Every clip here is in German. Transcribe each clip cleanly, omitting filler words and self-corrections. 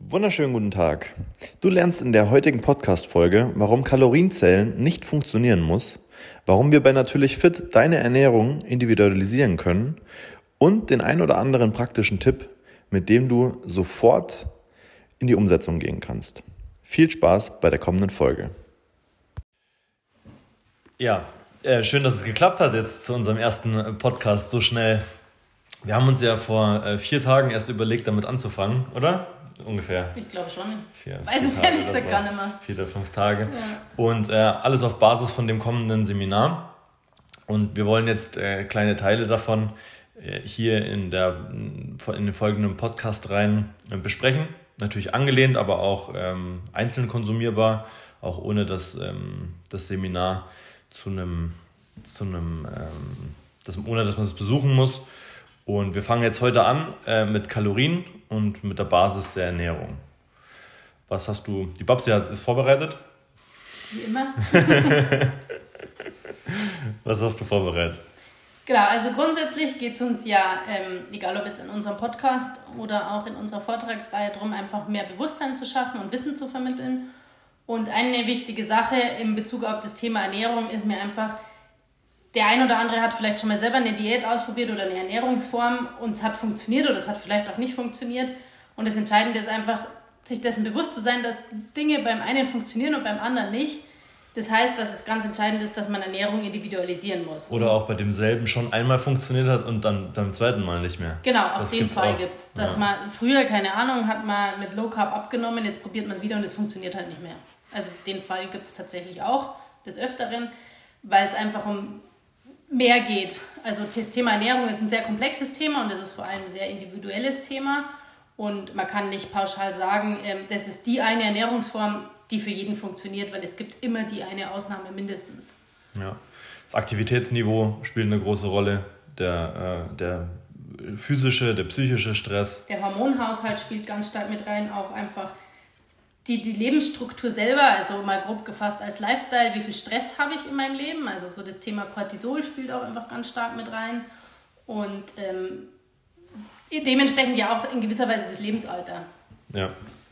Wunderschönen guten Tag. Du lernst in der heutigen Podcast-Folge, warum Kalorienzählen nicht funktionieren muss, warum wir bei Natürlich Fit deine Ernährung individualisieren können und den ein oder anderen praktischen Tipp, mit dem du sofort in die Umsetzung gehen kannst. Viel Spaß bei der kommenden Folge. Ja, schön, dass es geklappt hat jetzt zu unserem ersten Podcast so schnell. Wir haben uns ja vor 4 Tagen erst überlegt, damit anzufangen, oder? Ungefähr. Ich glaube schon. Weiß es ehrlich gesagt gar nicht mehr. 4 oder 5 Tage. Ja. Und alles auf Basis von dem kommenden Seminar. Und wir wollen jetzt kleine Teile davon hier in den folgenden Podcast rein besprechen. Natürlich angelehnt, aber auch einzeln konsumierbar, auch ohne dass das Seminar ohne dass man es besuchen muss. Und wir fangen jetzt heute an mit Kalorien und mit der Basis der Ernährung. Was hast du? Die Babsi ist vorbereitet? Wie immer. Was hast du vorbereitet? Genau, also grundsätzlich geht es uns ja, egal ob jetzt in unserem Podcast oder auch in unserer Vortragsreihe, darum, einfach mehr Bewusstsein zu schaffen und Wissen zu vermitteln. Und eine wichtige Sache in Bezug auf das Thema Ernährung ist mir einfach, der ein oder andere hat vielleicht schon mal selber eine Diät ausprobiert oder eine Ernährungsform und es hat funktioniert oder es hat vielleicht auch nicht funktioniert. Und das Entscheidende ist einfach, sich dessen bewusst zu sein, dass Dinge beim einen funktionieren und beim anderen nicht. Das heißt, dass es ganz entscheidend ist, dass man Ernährung individualisieren muss. Oder auch bei demselben schon einmal funktioniert hat und dann beim zweiten Mal nicht mehr. Genau, auch den Fall gibt es. Dass man früher, keine Ahnung, hat man mit Low Carb abgenommen, jetzt probiert man es wieder und es funktioniert halt nicht mehr. Also den Fall gibt es tatsächlich auch des Öfteren, weil es einfach um mehr geht. Also das Thema Ernährung ist ein sehr komplexes Thema und es ist vor allem ein sehr individuelles Thema. Und man kann nicht pauschal sagen, das ist die eine Ernährungsform, die für jeden funktioniert, weil es gibt immer die eine Ausnahme mindestens. Ja, das Aktivitätsniveau spielt eine große Rolle, der physische, der psychische Stress. Der Hormonhaushalt spielt ganz stark mit rein, auch einfach die Lebensstruktur selber, also mal grob gefasst als Lifestyle, wie viel Stress habe ich in meinem Leben, also so das Thema Cortisol spielt auch einfach ganz stark mit rein und dementsprechend ja auch in gewisser Weise das Lebensalter. Ja.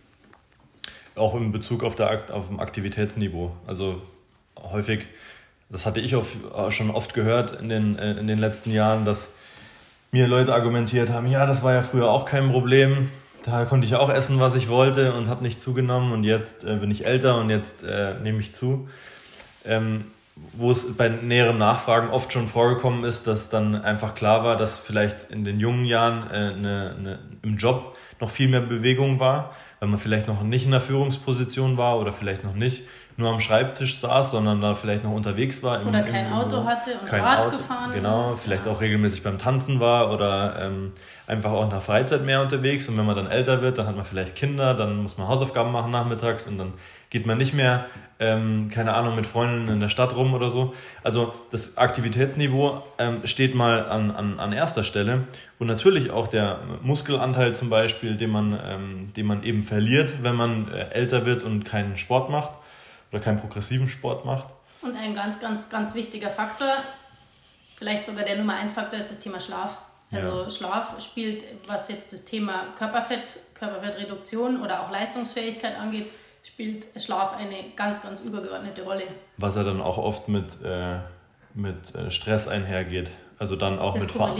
Auch in Bezug auf dem Aktivitätsniveau. Also häufig, das hatte ich schon oft gehört in den letzten Jahren, dass mir Leute argumentiert haben, ja, das war ja früher auch kein Problem, da konnte ich auch essen, was ich wollte und habe nicht zugenommen und jetzt bin ich älter und jetzt nehme ich zu. Wo es bei näherem Nachfragen oft schon vorgekommen ist, dass dann einfach klar war, dass vielleicht in den jungen Jahren im Job noch viel mehr Bewegung war, weil man vielleicht noch nicht in der Führungsposition war oder vielleicht noch nicht nur am Schreibtisch saß, sondern da vielleicht noch unterwegs war. Oder kein Auto hatte und Rad gefahren ist. Genau, vielleicht auch regelmäßig beim Tanzen war oder einfach auch in der Freizeit mehr unterwegs. Und wenn man dann älter wird, dann hat man vielleicht Kinder, dann muss man Hausaufgaben machen nachmittags und dann geht man nicht mehr, keine Ahnung, mit Freunden in der Stadt rum oder so. Also das Aktivitätsniveau steht mal an erster Stelle. Und natürlich auch der Muskelanteil zum Beispiel, den man eben verliert, wenn man älter wird und keinen Sport macht oder keinen progressiven Sport macht. Und ein ganz, ganz, ganz wichtiger Faktor, vielleicht sogar der Nummer 1 Faktor, ist das Thema Schlaf. Also ja. Schlaf spielt, was jetzt das Thema Körperfettreduktion oder auch Leistungsfähigkeit angeht, spielt Schlaf eine ganz, ganz übergeordnete Rolle. Was ja dann auch oft mit Stress einhergeht. Also dann auch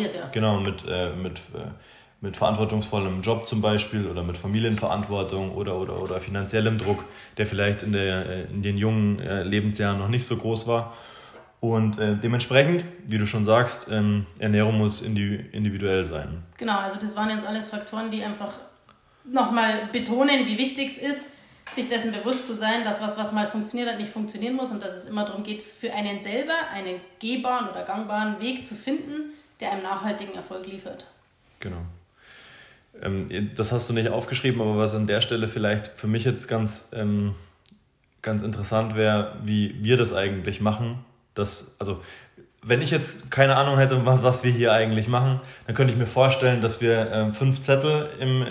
mit verantwortungsvollem Job zum Beispiel oder mit Familienverantwortung oder finanziellem Druck, der vielleicht in den jungen Lebensjahren noch nicht so groß war. Und dementsprechend, wie du schon sagst, Ernährung muss individuell sein. Genau, also das waren jetzt alles Faktoren, die einfach nochmal betonen, wie wichtig es ist, sich dessen bewusst zu sein, dass was mal funktioniert hat, nicht funktionieren muss und dass es immer darum geht, für einen selber einen gehbaren oder gangbaren Weg zu finden, der einem nachhaltigen Erfolg liefert. Genau. Das hast du nicht aufgeschrieben, aber was an der Stelle vielleicht für mich jetzt ganz interessant wäre, wie wir das eigentlich machen. Also wenn ich jetzt keine Ahnung hätte, was wir hier eigentlich machen, dann könnte ich mir vorstellen, dass wir 5 Zettel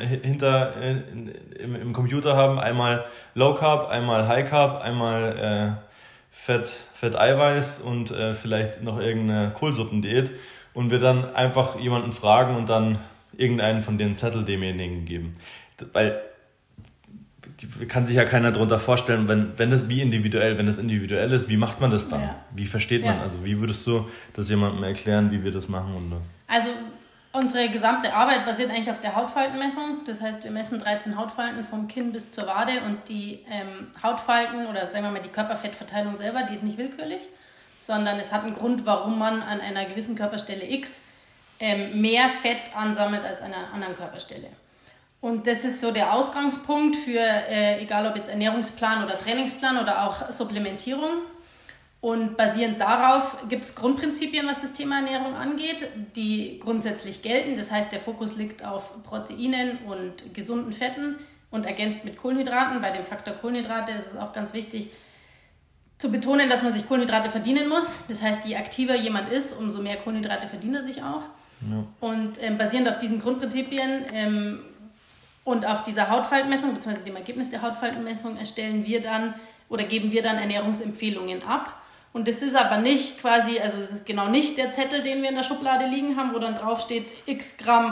im Computer haben. Einmal Low Carb, einmal High Carb, einmal Fett-Eiweiß und vielleicht noch irgendeine Kohlsuppendiät. Und wir dann einfach jemanden fragen und dann irgendeinen von den Zettel demjenigen geben. Weil kann sich ja keiner darunter vorstellen, wenn das individuell ist, wie macht man das dann? Ja. Wie versteht man? Also wie würdest du das jemandem erklären, wie wir das machen? Also unsere gesamte Arbeit basiert eigentlich auf der Hautfaltenmessung. Das heißt, wir messen 13 Hautfalten vom Kinn bis zur Wade und die Hautfalten oder sagen wir mal die Körperfettverteilung selber, die ist nicht willkürlich, sondern es hat einen Grund, warum man an einer gewissen Körperstelle X mehr Fett ansammelt als an einer anderen Körperstelle. Und das ist so der Ausgangspunkt für, egal ob jetzt Ernährungsplan oder Trainingsplan oder auch Supplementierung. Und basierend darauf gibt es Grundprinzipien, was das Thema Ernährung angeht, die grundsätzlich gelten. Das heißt, der Fokus liegt auf Proteinen und gesunden Fetten und ergänzt mit Kohlenhydraten. Bei dem Faktor Kohlenhydrate ist es auch ganz wichtig zu betonen, dass man sich Kohlenhydrate verdienen muss. Das heißt, je aktiver jemand ist, umso mehr Kohlenhydrate verdient er sich auch. Ja. Und basierend auf diesen Grundprinzipien und auf dieser Hautfaltenmessung, beziehungsweise dem Ergebnis der Hautfaltenmessung, geben wir dann Ernährungsempfehlungen ab. Und das ist aber nicht quasi, also das ist genau nicht der Zettel, den wir in der Schublade liegen haben, wo dann drauf steht x Gramm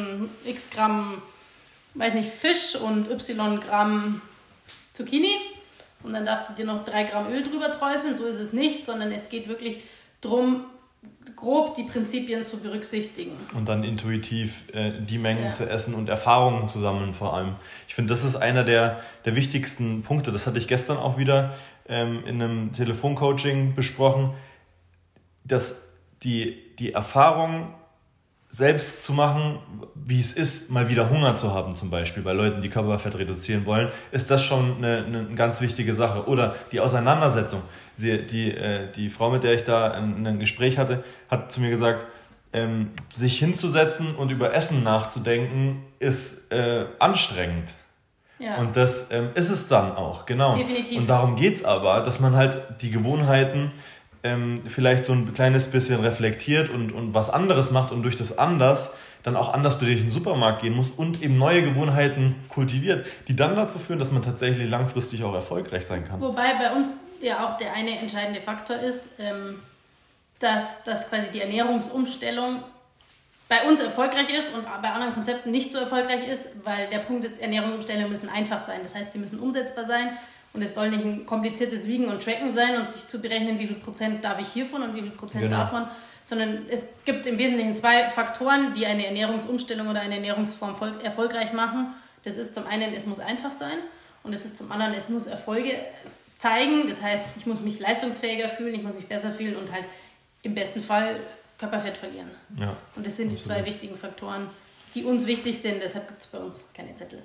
Fisch und y Gramm Zucchini. Und dann darfst du dir noch 3 Gramm Öl drüber träufeln. So ist es nicht, sondern es geht wirklich darum, grob die Prinzipien zu berücksichtigen. Und dann intuitiv die Mengen zu essen und Erfahrungen zu sammeln vor allem. Ich finde, das ist einer der wichtigsten Punkte. Das hatte ich gestern auch wieder in einem Telefoncoaching besprochen, dass die Erfahrung selbst zu machen, wie es ist, mal wieder Hunger zu haben zum Beispiel, bei Leuten, die Körperfett reduzieren wollen, ist das schon eine ganz wichtige Sache. Oder die Auseinandersetzung. Die Frau, mit der ich da ein Gespräch hatte, hat zu mir gesagt, sich hinzusetzen und über Essen nachzudenken, ist anstrengend. Ja. Und das ist es dann auch, genau. Definitiv. Und darum geht es aber, dass man halt die Gewohnheiten vielleicht so ein kleines bisschen reflektiert und was anderes macht und durch das anders dann auch anders durch den Supermarkt gehen muss und eben neue Gewohnheiten kultiviert, die dann dazu führen, dass man tatsächlich langfristig auch erfolgreich sein kann. Wobei bei uns ja auch der eine entscheidende Faktor ist, dass quasi die Ernährungsumstellung bei uns erfolgreich ist und bei anderen Konzepten nicht so erfolgreich ist, weil der Punkt ist, Ernährungsumstellungen müssen einfach sein. Das heißt, sie müssen umsetzbar sein. Und es soll nicht ein kompliziertes Wiegen und Tracken sein und sich zu berechnen, wie viel Prozent darf ich hiervon und wie viel Prozent davon, sondern es gibt im Wesentlichen 2 Faktoren, die eine Ernährungsumstellung oder eine Ernährungsform erfolgreich machen. Das ist zum einen, es muss einfach sein und es ist zum anderen, es muss Erfolge zeigen. Das heißt, ich muss mich leistungsfähiger fühlen, ich muss mich besser fühlen und halt im besten Fall Körperfett verlieren. Ja, und das sind absolut. Die 2 wichtigen Faktoren, die uns wichtig sind. Deshalb gibt es bei uns keine Zettel.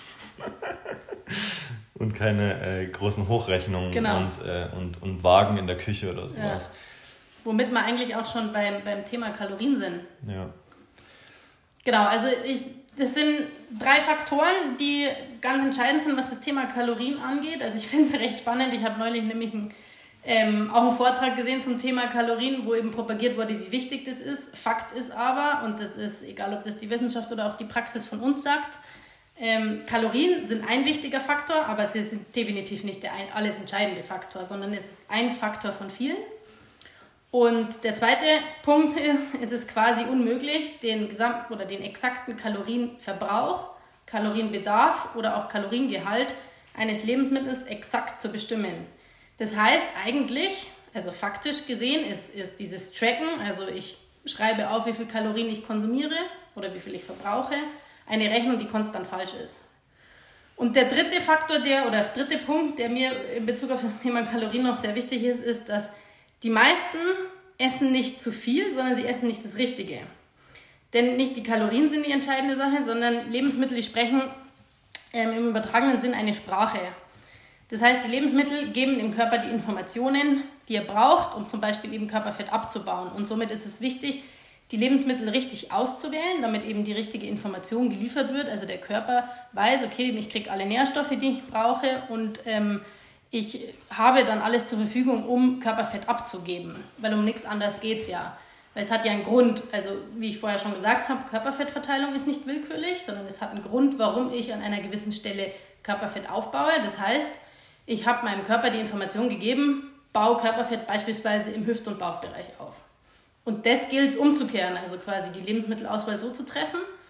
Und keine großen Hochrechnungen und Wagen in der Küche oder sowas. Ja. Womit wir eigentlich auch schon beim Thema Kalorien sind. Ja. Genau, also das sind 3 Faktoren, die ganz entscheidend sind, was das Thema Kalorien angeht. Also ich finde es recht spannend. Ich habe neulich nämlich auch einen Vortrag gesehen zum Thema Kalorien, wo eben propagiert wurde, wie wichtig das ist. Fakt ist aber, und das ist, egal ob das die Wissenschaft oder auch die Praxis von uns sagt, Kalorien sind ein wichtiger Faktor, aber sie sind definitiv nicht der alles entscheidende Faktor, sondern es ist ein Faktor von vielen. Und der zweite Punkt ist, es ist quasi unmöglich, den exakten Kalorienverbrauch, Kalorienbedarf oder auch Kaloriengehalt eines Lebensmittels exakt zu bestimmen. Das heißt eigentlich, also faktisch gesehen, ist dieses Tracken, also ich schreibe auf, wie viel Kalorien ich konsumiere oder wie viel ich verbrauche, eine Rechnung, die konstant falsch ist. Und der dritte Punkt, der mir in Bezug auf das Thema Kalorien noch sehr wichtig ist, ist, dass die meisten essen nicht zu viel, sondern sie essen nicht das Richtige. Denn nicht die Kalorien sind die entscheidende Sache, sondern Lebensmittel, die sprechen im übertragenen Sinn eine Sprache. Das heißt, die Lebensmittel geben dem Körper die Informationen, die er braucht, um zum Beispiel eben Körperfett abzubauen. Und somit ist es wichtig, die Lebensmittel richtig auszuwählen, damit eben die richtige Information geliefert wird. Also der Körper weiß, okay, ich kriege alle Nährstoffe, die ich brauche und ich habe dann alles zur Verfügung, um Körperfett abzugeben. Weil um nichts anderes geht es ja. Weil es hat ja einen Grund, also wie ich vorher schon gesagt habe, Körperfettverteilung ist nicht willkürlich, sondern es hat einen Grund, warum ich an einer gewissen Stelle Körperfett aufbaue. Das heißt, ich habe meinem Körper die Information gegeben, baue Körperfett beispielsweise im Hüft- und Bauchbereich auf. Und das gilt es umzukehren, also quasi die Lebensmittelauswahl so zu treffen,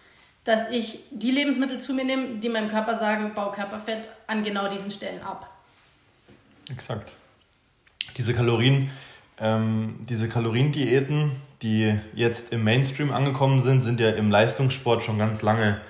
dass ich die Lebensmittel zu mir nehme, die meinem Körper sagen, bau Körperfett an genau diesen Stellen ab. Exakt. Diese Kaloriendiäten, die jetzt im Mainstream angekommen sind, sind ja im Leistungssport schon ganz lange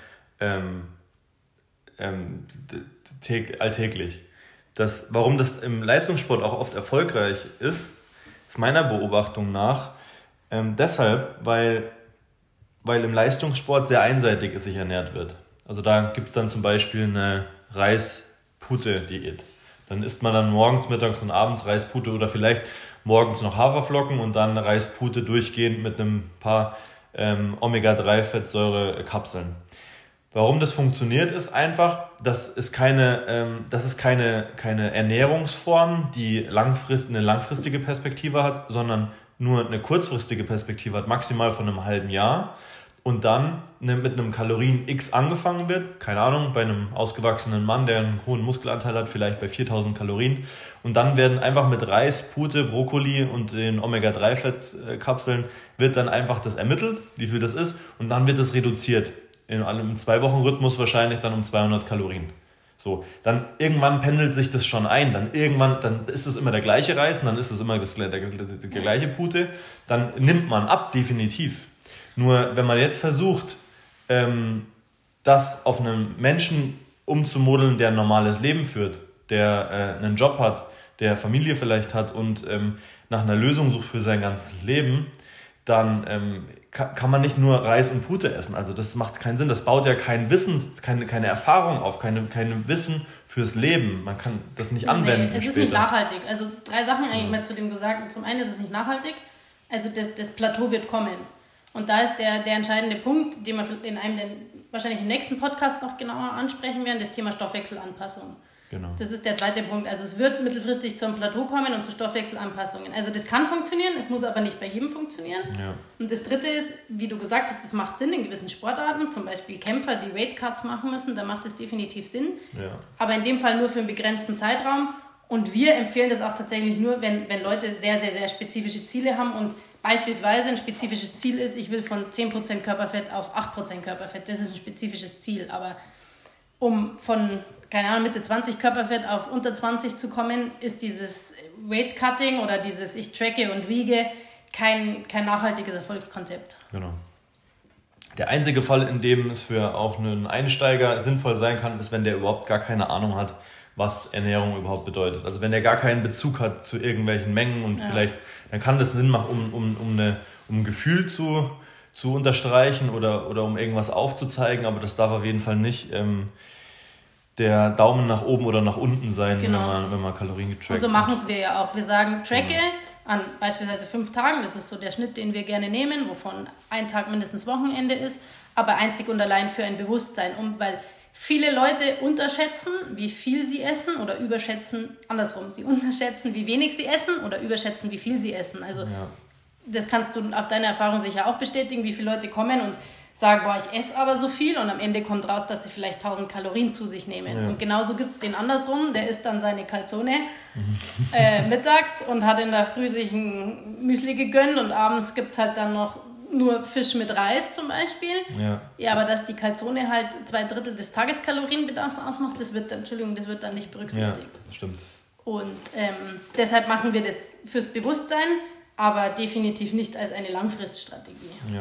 alltäglich. Warum das im Leistungssport auch oft erfolgreich ist meiner Beobachtung nach deshalb, weil im Leistungssport sehr einseitig sich ernährt wird. Also da gibt es dann zum Beispiel eine Reispute-Diät. Dann isst man dann morgens, mittags und abends Reispute oder vielleicht morgens noch Haferflocken und dann Reispute durchgehend mit einem paar Omega-3-Fettsäurekapseln. Warum das funktioniert, ist einfach, das ist keine Ernährungsform, die eine langfristige Perspektive hat, sondern nur eine kurzfristige Perspektive hat, maximal von einem halben Jahr. Und dann mit einem Kalorien X angefangen wird, keine Ahnung, bei einem ausgewachsenen Mann, der einen hohen Muskelanteil hat, vielleicht bei 4000 Kalorien. Und dann werden einfach mit Reis, Pute, Brokkoli und den Omega-3-Fettkapseln wird dann einfach das ermittelt, wie viel das ist. Und dann wird das reduziert. In einem 2-Wochen-Rhythmus wahrscheinlich dann um 200 Kalorien. So, dann irgendwann pendelt sich das schon ein. Dann ist es immer der gleiche Reis und dann ist es immer die gleiche Pute. Dann nimmt man ab, definitiv. Nur wenn man jetzt versucht, das auf einen Menschen umzumodeln, der ein normales Leben führt, der einen Job hat, der Familie vielleicht hat und nach einer Lösung sucht für sein ganzes Leben, dann kann man nicht nur Reis und Pute essen. Also das macht keinen Sinn. Das baut ja kein Wissen, keine Erfahrung auf, kein Wissen fürs Leben. Man kann das nicht anwenden. Es ist nicht nachhaltig. Also 3 Sachen eigentlich mal zu dem Gesagten. Zum einen ist es nicht nachhaltig. Also das Plateau wird kommen. Und da ist der entscheidende Punkt, den wir wahrscheinlich im nächsten Podcast noch genauer ansprechen werden, das Thema Stoffwechselanpassung. Genau. Das ist der zweite Punkt. Also es wird mittelfristig zum Plateau kommen und zu Stoffwechselanpassungen. Also das kann funktionieren, es muss aber nicht bei jedem funktionieren. Ja. Und das dritte ist, wie du gesagt hast, das macht Sinn in gewissen Sportarten, zum Beispiel Kämpfer, die Weightcuts machen müssen, da macht es definitiv Sinn. Ja. Aber in dem Fall nur für einen begrenzten Zeitraum. Und wir empfehlen das auch tatsächlich nur, wenn Leute sehr, sehr, sehr spezifische Ziele haben und beispielsweise ein spezifisches Ziel ist, ich will von 10% Körperfett auf 8% Körperfett. Das ist ein spezifisches Ziel. Aber um von, keine Ahnung, Mitte 20 Körperfett auf unter 20 zu kommen, ist dieses Weight-Cutting oder dieses ich tracke und wiege kein nachhaltiges Erfolgskonzept. Genau. Der einzige Fall, in dem es für auch einen Einsteiger sinnvoll sein kann, ist, wenn der überhaupt gar keine Ahnung hat, was Ernährung überhaupt bedeutet. Also wenn der gar keinen Bezug hat zu irgendwelchen Mengen und vielleicht, dann kann das Sinn machen, um ein Gefühl zu unterstreichen oder um irgendwas aufzuzeigen, aber das darf auf jeden Fall nicht der Daumen nach oben oder nach unten sein, genau. wenn man Kalorien getrackt hat. Und so machen es wir ja auch. Wir sagen, tracke an beispielsweise 5 Tagen, das ist so der Schnitt, den wir gerne nehmen, wovon ein Tag mindestens Wochenende ist, aber einzig und allein für ein Bewusstsein, weil viele Leute unterschätzen, wie viel sie essen oder überschätzen, andersrum, sie unterschätzen, wie wenig sie essen oder überschätzen, wie viel sie essen. Also das kannst du auf deine Erfahrung sicher auch bestätigen, wie viele Leute kommen und sagen, boah, ich esse aber so viel und am Ende kommt raus, dass sie vielleicht 1000 Kalorien zu sich nehmen. Ja. Und genauso gibt es den andersrum, der isst dann seine Calzone mittags und hat in der Früh sich ein Müsli gegönnt und abends gibt es halt dann noch nur Fisch mit Reis zum Beispiel. Ja, aber dass die Calzone halt 2/3 des Tageskalorienbedarfs ausmacht, das wird dann nicht berücksichtigt. Ja, das stimmt. Und deshalb machen wir das fürs Bewusstsein, aber definitiv nicht als eine Langfriststrategie. Ja.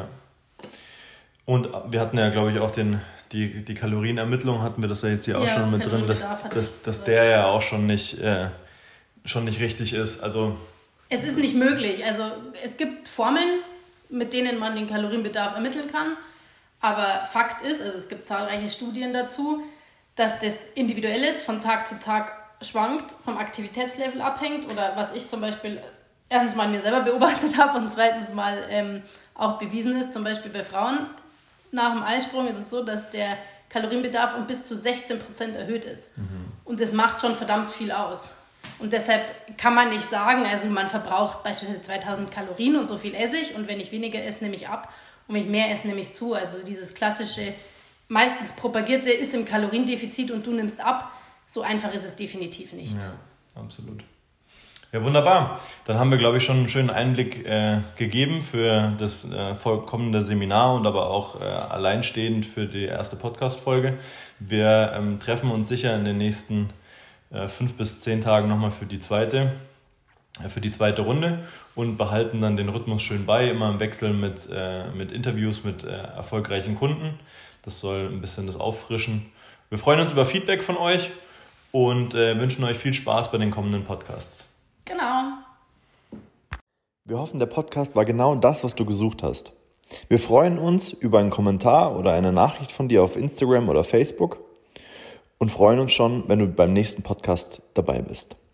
Und wir hatten ja, glaube ich, auch die Kalorienermittlung, hatten wir das ja jetzt hier auch schon mit drin, dass der ja auch schon nicht richtig ist. Also es ist nicht möglich. Also es gibt Formeln, mit denen man den Kalorienbedarf ermitteln kann. Aber Fakt ist, also es gibt zahlreiche Studien dazu, dass das individuell ist, von Tag zu Tag schwankt, vom Aktivitätslevel abhängt oder was ich zum Beispiel erstens mal mir selber beobachtet habe und zweitens mal auch bewiesen ist, zum Beispiel bei Frauen. Nach dem Eisprung ist es so, dass der Kalorienbedarf um bis zu 16% erhöht ist. Mhm. Und das macht schon verdammt viel aus. Und deshalb kann man nicht sagen, also man verbraucht beispielsweise 2000 Kalorien und so viel esse ich und wenn ich weniger esse, nehme ich ab und wenn ich mehr esse, nehme ich zu. Also dieses klassische, meistens propagierte, ist im Kaloriendefizit und du nimmst ab, so einfach ist es definitiv nicht. Ja, absolut. Ja, wunderbar. Dann haben wir, glaube ich, schon einen schönen Einblick gegeben für das kommende Seminar und aber auch alleinstehend für die erste Podcast-Folge. Wir treffen uns sicher in den nächsten 5 bis 10 Tagen nochmal für die zweite Runde und behalten dann den Rhythmus schön bei, immer im Wechsel mit Interviews mit erfolgreichen Kunden. Das soll ein bisschen das auffrischen. Wir freuen uns über Feedback von euch und wünschen euch viel Spaß bei den kommenden Podcasts. Genau. Wir hoffen, der Podcast war genau das, was du gesucht hast. Wir freuen uns über einen Kommentar oder eine Nachricht von dir auf Instagram oder Facebook und freuen uns schon, wenn du beim nächsten Podcast dabei bist.